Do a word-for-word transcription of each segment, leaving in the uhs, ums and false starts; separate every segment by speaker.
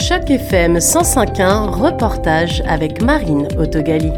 Speaker 1: Choc F M cent cinq point un, reportage avec Marine Autogali.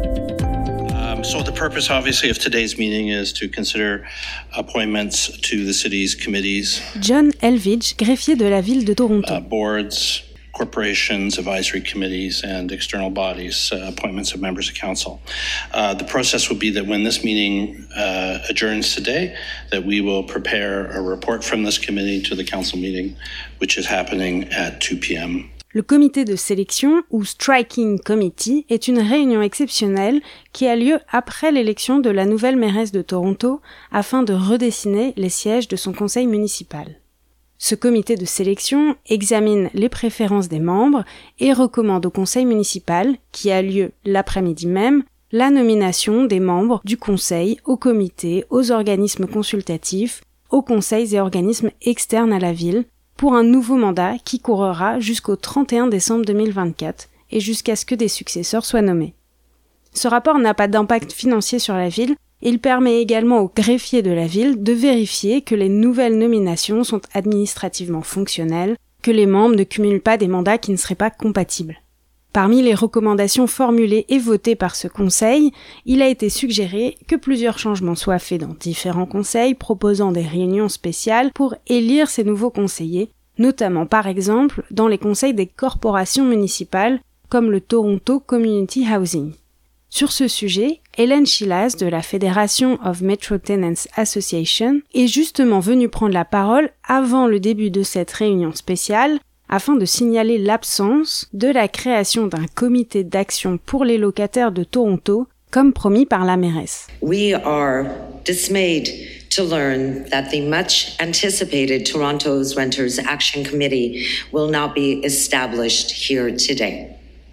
Speaker 2: Um, so the purpose, obviously, of today's meeting is to consider appointments to the city's committees.
Speaker 3: John Elvidge, greffier de la ville de Toronto.
Speaker 2: Uh, boards, corporations, advisory committees, and external bodies, uh, appointments of members of council. Uh, the process will be that when this meeting uh, adjourns today, that we will prepare a report from this committee to the council meeting, which is happening at two p.m.
Speaker 3: Le comité de sélection, ou Striking Committee, est une réunion exceptionnelle qui a lieu après l'élection de la nouvelle mairesse de Toronto afin de redessiner les sièges de son conseil municipal. Ce comité de sélection examine les préférences des membres et recommande au conseil municipal, qui a lieu l'après-midi même, la nomination des membres du conseil, au comité, aux organismes consultatifs, aux conseils et organismes externes à la ville, pour un nouveau mandat qui courra jusqu'au trente et un décembre deux mille vingt-quatre et jusqu'à ce que des successeurs soient nommés. Ce rapport n'a pas d'impact financier sur la ville. Il permet également aux greffiers de la ville de vérifier que les nouvelles nominations sont administrativement fonctionnelles, que les membres ne cumulent pas des mandats qui ne seraient pas compatibles. Parmi les recommandations formulées et votées par ce conseil, il a été suggéré que plusieurs changements soient faits dans différents conseils proposant des réunions spéciales pour élire ces nouveaux conseillers, notamment par exemple dans les conseils des corporations municipales comme le Toronto Community Housing. Sur ce sujet, Hélène Chilas de la Federation of Metro Tenants Association est justement venue prendre la parole avant le début de cette réunion spéciale afin de signaler l'absence de la création d'un comité d'action pour les locataires de Toronto, comme promis par la mairesse.
Speaker 4: We are dismayed to learn that the much anticipated Toronto's Renters Action Committee will not be established here today.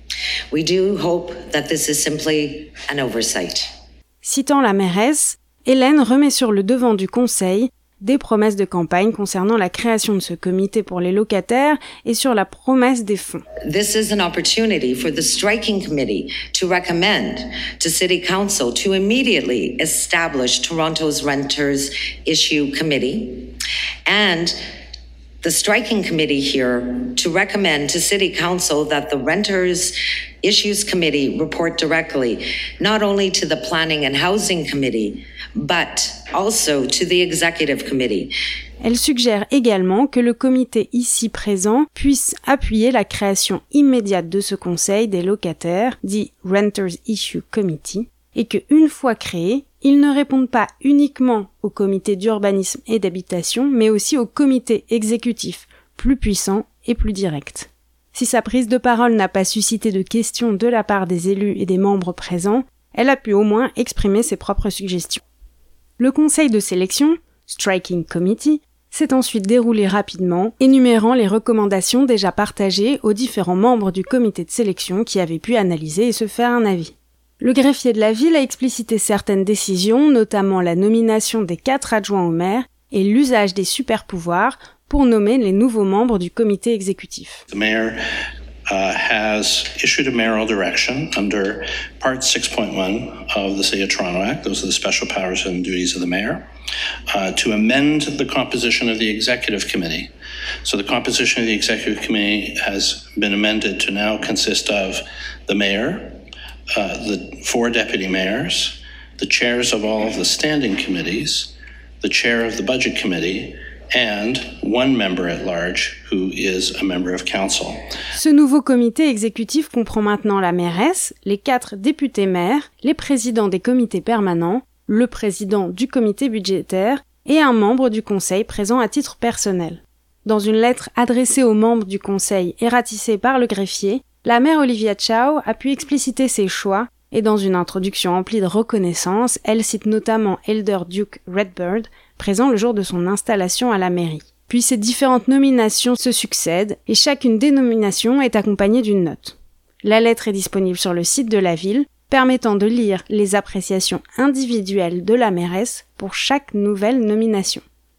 Speaker 4: We do hope that this is simply an oversight.
Speaker 3: Citant la mairesse, Hélène remet sur le devant du conseil des promesses de campagne concernant la création de ce comité pour les locataires et sur la promesse des fonds.
Speaker 4: This is an opportunity for the Striking Committee to recommend to City Council to immediately establish Toronto's Renters Issue Committee and the Striking Committee here to recommend to City Council that the Renters Issues Committee report directly, not only to the Planning and Housing Committee, but also to the Executive Committee.
Speaker 3: Elle suggère également que le comité ici présent puisse appuyer la création immédiate de ce conseil des locataires, dit Renters Issue Committee, et que, une fois créé, ils ne répondent pas uniquement au comité d'urbanisme et d'habitation, mais aussi au comité exécutif, plus puissant et plus direct. Si sa prise de parole n'a pas suscité de questions de la part des élus et des membres présents, elle a pu au moins exprimer ses propres suggestions. Le conseil de sélection, Striking Committee, s'est ensuite déroulé rapidement, énumérant les recommandations déjà partagées aux différents membres du comité de sélection qui avaient pu analyser et se faire un avis. Le greffier de la ville a explicité certaines décisions, notamment la nomination des quatre adjoints au maire et l'usage des super-pouvoirs pour nommer les nouveaux membres du comité exécutif.
Speaker 2: The mayor uh, has issued a mayoral direction under Part six point one of the City of Toronto Act, those are the special powers and duties of the mayor, uh, to amend the composition of the executive committee. So the composition of the executive committee has been amended to now consist of the mayor, Uh, the four deputy mayors, the chairs of all of the standing committees, the chair of the budget committee, and one member at large who is a member of council.
Speaker 3: Ce nouveau comité exécutif comprend maintenant la mairesse, les quatre députés maires, les présidents des comités permanents, le président du comité budgétaire et un membre du conseil présent à titre personnel. Dans une lettre adressée aux membres du conseil et ratissée par le greffier, la maire Olivia Chow a pu expliciter ses choix et dans une introduction emplie de reconnaissance, elle cite notamment Elder Duke Redbird, présent le jour de son installation à la mairie. Puis ces différentes nominations se succèdent et chacune des nominations est accompagnée d'une note. La lettre est disponible sur le site de la ville, permettant de lire les appréciations individuelles de la mairesse pour chaque nouvelle nomination.